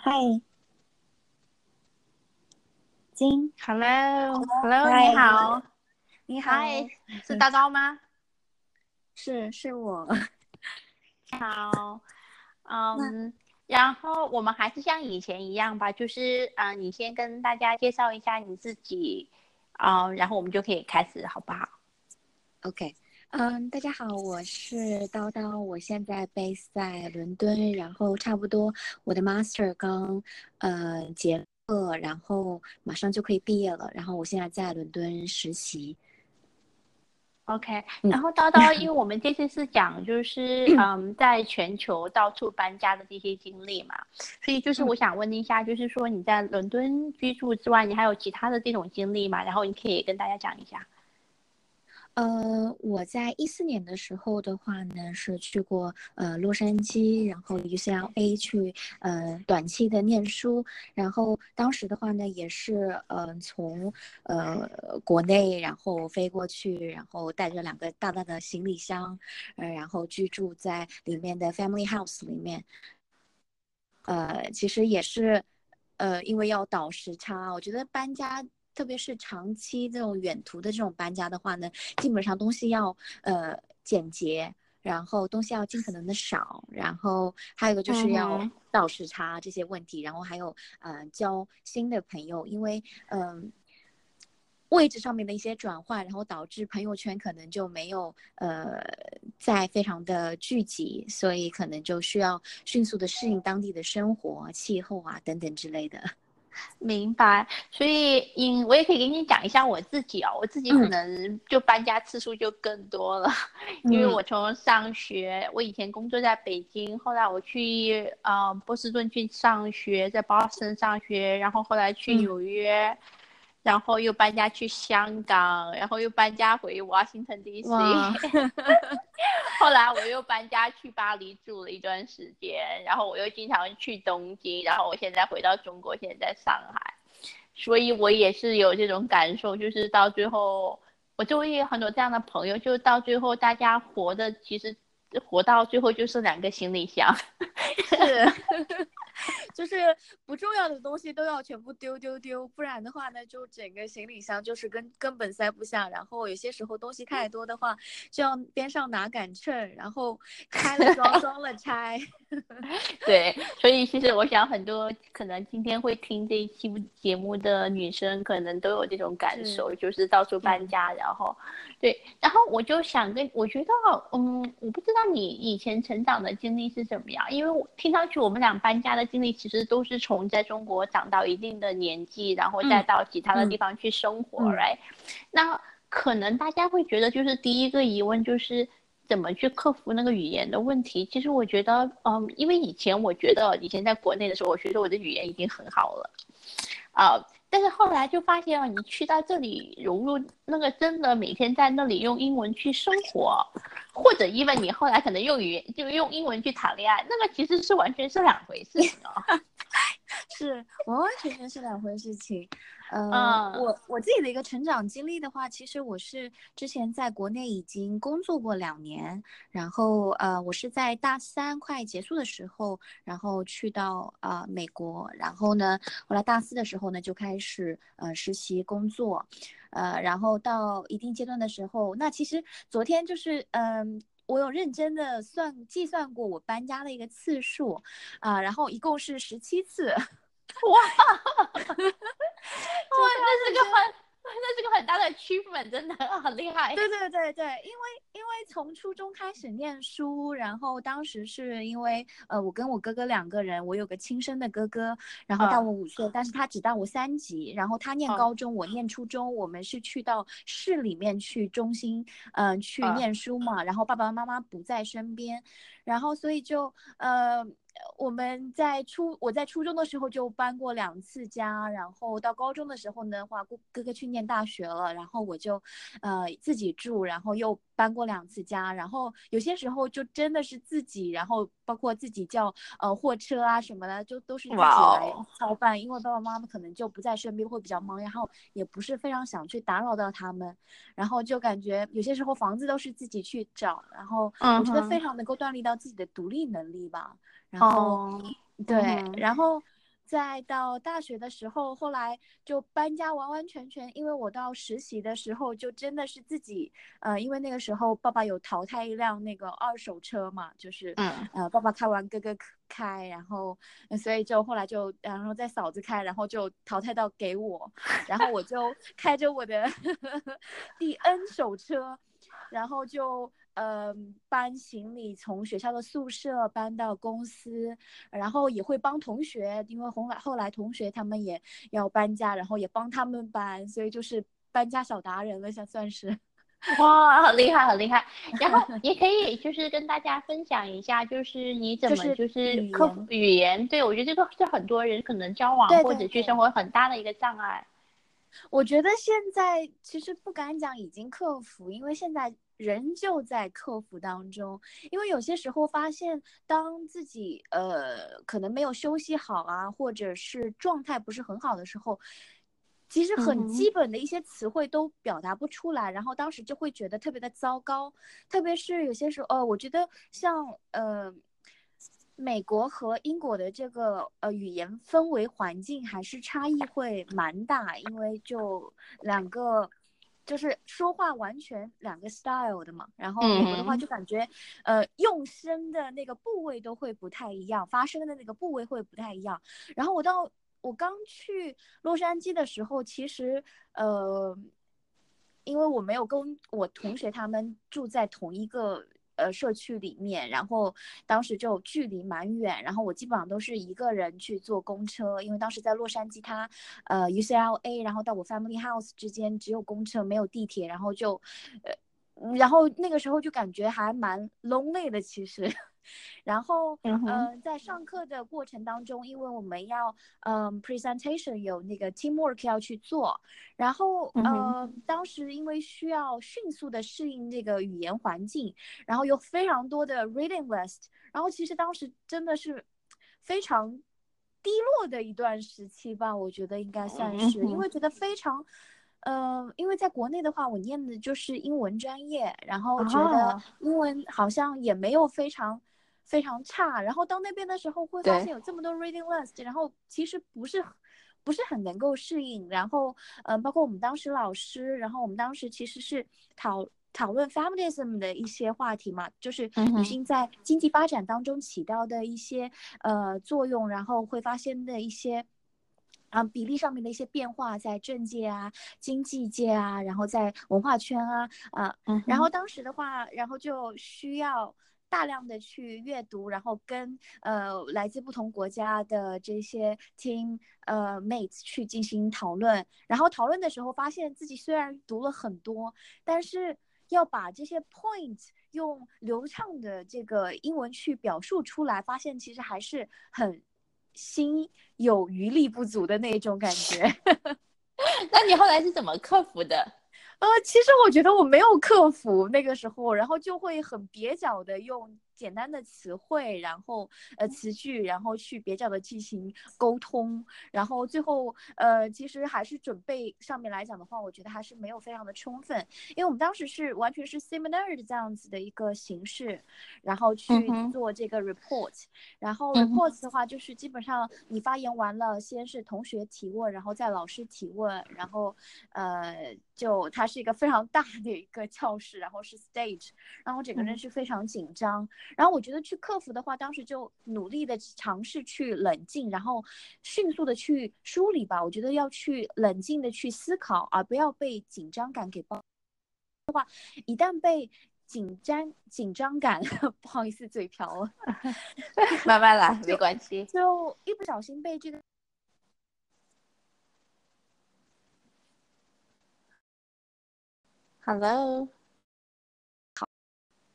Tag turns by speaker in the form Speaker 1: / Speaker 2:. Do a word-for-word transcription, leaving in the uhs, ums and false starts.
Speaker 1: 嗨，金，
Speaker 2: Hello，Hello，你
Speaker 1: 嗨，
Speaker 2: 好，
Speaker 1: 你
Speaker 2: 嗨，
Speaker 1: 好，
Speaker 2: 是叨叨吗？
Speaker 1: 是是我。那
Speaker 2: 嗯，然后我们还是像以前一样吧，就是嗯、呃你先跟大家介绍一下你自己，嗯、然后我们就可以开始，好不好？
Speaker 1: OK，嗯，大家好，我是叨叨，我现在 base 在伦敦，然后差不多我的 master 刚呃结课，然后马上就可以毕业了，然后我现在在伦敦实习。
Speaker 2: OK，
Speaker 1: 嗯
Speaker 2: 然后叨叨，因为我们这次是讲就是嗯，在全球到处搬家的这些经历嘛，所以就是
Speaker 1: 嗯。
Speaker 2: 我想问一下，就是说你在伦敦居住之外，你还有其他的这种经历吗？然后你可以跟大家讲一下。
Speaker 1: 呃，我在一四年的时候的话呢，是去过呃洛杉矶，然后 U C L A 去呃短期的念书，然后当时的话呢，也是呃从呃国内然后飞过去，然后带着两个大大的行李箱，呃，然后居住在里面的 family house 里面。呃，其实也是，呃，因为要倒时差，我觉得搬家，特别是长期这种远途的这种搬家的话呢，基本上东西要呃简洁，然后东西要尽可能的少，然后还有一个就是要
Speaker 2: 嗯哼。
Speaker 1: 倒时差这些问题，然后还有呃交新的朋友，因为嗯。呃位置上面的一些转换，然后导致朋友圈可能就没有呃在非常的聚集，所以可能就需要迅速的适应当地的生活、气候啊等等之类的。
Speaker 2: 明白，所以嗯，我也可以给你讲一下我自己哦，我自己可
Speaker 1: 嗯
Speaker 2: 能就搬家次数就更多了，因为
Speaker 1: 嗯
Speaker 2: 我从上学，我以前工作在北京，后来我去呃波士顿去上学，在 Boston 上学，然后后来去
Speaker 1: 嗯，
Speaker 2: 纽约，然后又搬家去香港，然后又搬家回 Washington D C，
Speaker 1: 哇，
Speaker 2: 后来我又搬家去巴黎住了一段时间，然后我又经常去东京，然后我现在回到中国，现在在上海，所以我也是有这种感受，就是到最后，我周围也有很多这样的朋友，就到最后大家活的其实活到最后就是两个行李箱。
Speaker 1: 是，就是不重要的东西都要全部丢丢丢，不然的话呢，就整个行李箱就是根根本塞不下。然后有些时候东西太多的话，就要边上拿杆秤，然后拆了装，装了拆。
Speaker 2: 对，所以其实我想很多可能今天会听这一期节目的女生，可能都有这种感
Speaker 1: 是，
Speaker 2: 受，就是到处搬
Speaker 1: 嗯
Speaker 2: 家，然后，对，然后我就想跟，我觉得，嗯，我不知道你以前成长的经历是怎么样，因为我听上去我们俩搬家的经历其实都是从在中国长到一定的年纪，然后再
Speaker 1: 嗯
Speaker 2: 到其他的地
Speaker 1: 嗯
Speaker 2: 方去生活
Speaker 1: 嗯。
Speaker 2: ，right？那可能大家会觉得，就是第一个疑问就是怎么去克服那个语言的问题。其实我觉得，嗯，因为以前我觉得以前在国内的时候，我觉得我的语言已经很好了，啊、呃但是后来就发现哦，你去到这里融入那个真的每天在那里用英文去生活，或者因为你后来可能用语言就用英文去谈恋爱，那个其实是完全是两回事情哦。
Speaker 1: 是完完全全是两回事情。呃，
Speaker 2: 嗯
Speaker 1: 我我自己的一个成长经历的话，其实我是之前在国内已经工作过两年，然后呃，我是在大三快结束的时候，然后去到呃美国，然后呢，后来大四的时候呢就开始呃实习工作，呃，然后到一定阶段的时候，那其实昨天就是嗯。呃我有认真的算计算过我搬家的一个次数，啊、然后一共是十七次。
Speaker 2: 哇，哇，
Speaker 1: 就非常
Speaker 2: 那是
Speaker 1: 认真。
Speaker 2: 个很那是个很大的 achievement，真的很厉害。
Speaker 1: 对对对对，因为因为从初中开始念书，然后当时是因为呃，我跟我哥哥两个人，我有个亲生的哥哥，然后大我
Speaker 2: 嗯
Speaker 1: 五岁，但是他只大我三级，然后他念
Speaker 2: 嗯
Speaker 1: 高中，我念初中，我们是去到市里面去中心，嗯、呃，去
Speaker 2: 嗯
Speaker 1: 念书嘛，然后爸爸妈妈不在身边，然后所以就呃。我们在初我在初中的时候就搬过两次家，然后到高中的时候呢话，哥哥去念大学了，然后我就呃自己住，然后又搬过两次家，然后有些时候就真的是自己，然后包括自己叫呃货车啊什么的，就都是自
Speaker 2: 哇
Speaker 1: 己来
Speaker 2: 哦，
Speaker 1: 操办，因为爸爸妈妈可能就不在身边，会比较忙，然后也不是非常想去打扰到他们，然后就感觉有些时候房子都是自己去找，然后我觉得非
Speaker 2: 嗯哼，
Speaker 1: 常能够锻炼到自己的独立能力吧。然后，
Speaker 2: 哦，嗯
Speaker 1: 对，
Speaker 2: 哼，
Speaker 1: 然后再到大学的时候，后来就搬家，完完全全，因为我到实习的时候就真的是自己，呃，因为那个时候爸爸有淘汰一辆那个二手车嘛，就是，
Speaker 2: 嗯，
Speaker 1: 呃，爸爸开完哥哥开，然后，呃所以就后来就，然后再嫂子开，然后就淘汰到给我，然后我就开着我的第 N 手车，然后就。呃，搬行李从学校的宿舍搬到公司，然后也会帮同学，因为后来后来同学他们也要搬家，然后也帮他们搬，所以就是搬家小达人了，像算是。
Speaker 2: 哇，好厉害，好厉害！然后也可以就是跟大家分享一下，就是你怎么
Speaker 1: 就是
Speaker 2: 就是克服
Speaker 1: 语言，
Speaker 2: 语言。对，我觉得这个是很多人可能交往
Speaker 1: 对
Speaker 2: 或者去生
Speaker 1: 对对，
Speaker 2: 活很大的一个障碍。
Speaker 1: 我觉得现在其实不敢讲已经克服，因为现在仍旧在克服当中。因为有些时候发现，当自己呃可能没有休息好啊，或者是状态不是很好的时候，其实很
Speaker 2: 嗯哼，
Speaker 1: 基本的一些词汇都表达不出来，然后当时就会觉得特别的糟糕。特别是有些时候，呃，我觉得像呃。美国和英国的这个呃语言氛围环境还是差异会蛮大，因为就两个就是说话完全两个 style 的嘛。然后美国的话
Speaker 2: 嗯哼，
Speaker 1: 就感觉呃用声的那个部位都会不太一样，发声的那个部位会不太一样。然后我到我刚去洛杉矶的时候，其实呃。因为我没有跟我同学他们住在同一个呃社区里面，然后当时就距离蛮远，然后我基本上都是一个人去坐公车，因为当时在洛杉矶它，呃 U C L A，然后到我 family house 之间只有公车没有地铁，然后就，呃，然后那个时候就感觉还蛮 lonely 的其实。然后，
Speaker 2: 嗯哼，
Speaker 1: 呃，在上课的过程当中，因为我们要，嗯、呃、，presentation 有那个 teamwork 要去做，然后，
Speaker 2: 嗯哼，
Speaker 1: 呃，当时因为需要迅速的适应这个语言环境，然后有非常多的 reading list，然后其实当时真的是非常低落的一段时期吧，我觉得应该算是，因
Speaker 2: 嗯哼，
Speaker 1: 为觉得非常。呃，因为在国内的话，我念的就是英文专业，然后觉得
Speaker 2: 啊，
Speaker 1: 英文好像也没有非常非常差，然后到那边的时候会发
Speaker 2: 对，
Speaker 1: 现有这么多 reading list，然后其实不是不是很能够适应，然后嗯、呃，包括我们当时老师，然后我们当时其实是讨讨论 feminism 的一些话题嘛，就是
Speaker 2: 嗯哼，
Speaker 1: 女性在经济发展当中起到的一些呃作用，然后会发现的一些。啊，比例上面的一些变化，在政界啊、经济界啊，然后在文化圈啊，啊，
Speaker 2: 嗯哼，
Speaker 1: 然后当时的话，然后就需要大量的去阅读，然后跟呃来自不同国家的这些 team 呃 mates 去进行讨论，然后讨论的时候发现自己虽然读了很多，但是要把这些 point 用流畅的这个英文去表述出来，发现其实还是很心有余力不足的那种感觉。
Speaker 2: 那你后来是怎么克服的？
Speaker 1: 呃，其实我觉得我没有克服那个时候，然后就会很蹩脚的用简单的词汇，然后呃词句，然后去蹩脚的进行沟通，然后最后呃其实还是准备上面来讲的话，我觉得还是没有非常的充分，因为我们当时是完全是 seminar 的这样子的一个形式，然后去
Speaker 2: 嗯哼，
Speaker 1: 做这个 report，然后
Speaker 2: 嗯哼，
Speaker 1: reports 的话就是基本上你发言完了，先是同学提问，然后再老师提问，然后呃就它是一个非常大的一个教室，然后是 stage，然后整个人是非常紧张。然后我觉得去克服的话，当时就努力的尝试去冷静，然后迅速的去梳理吧。我觉得要去冷静的去思考，而不要被紧张感给包。一旦被紧张紧张感，不好意思，嘴瓢了，
Speaker 2: 慢慢来，没
Speaker 1: 就
Speaker 2: 关系。
Speaker 1: 就一不小心被这个。
Speaker 2: Hello。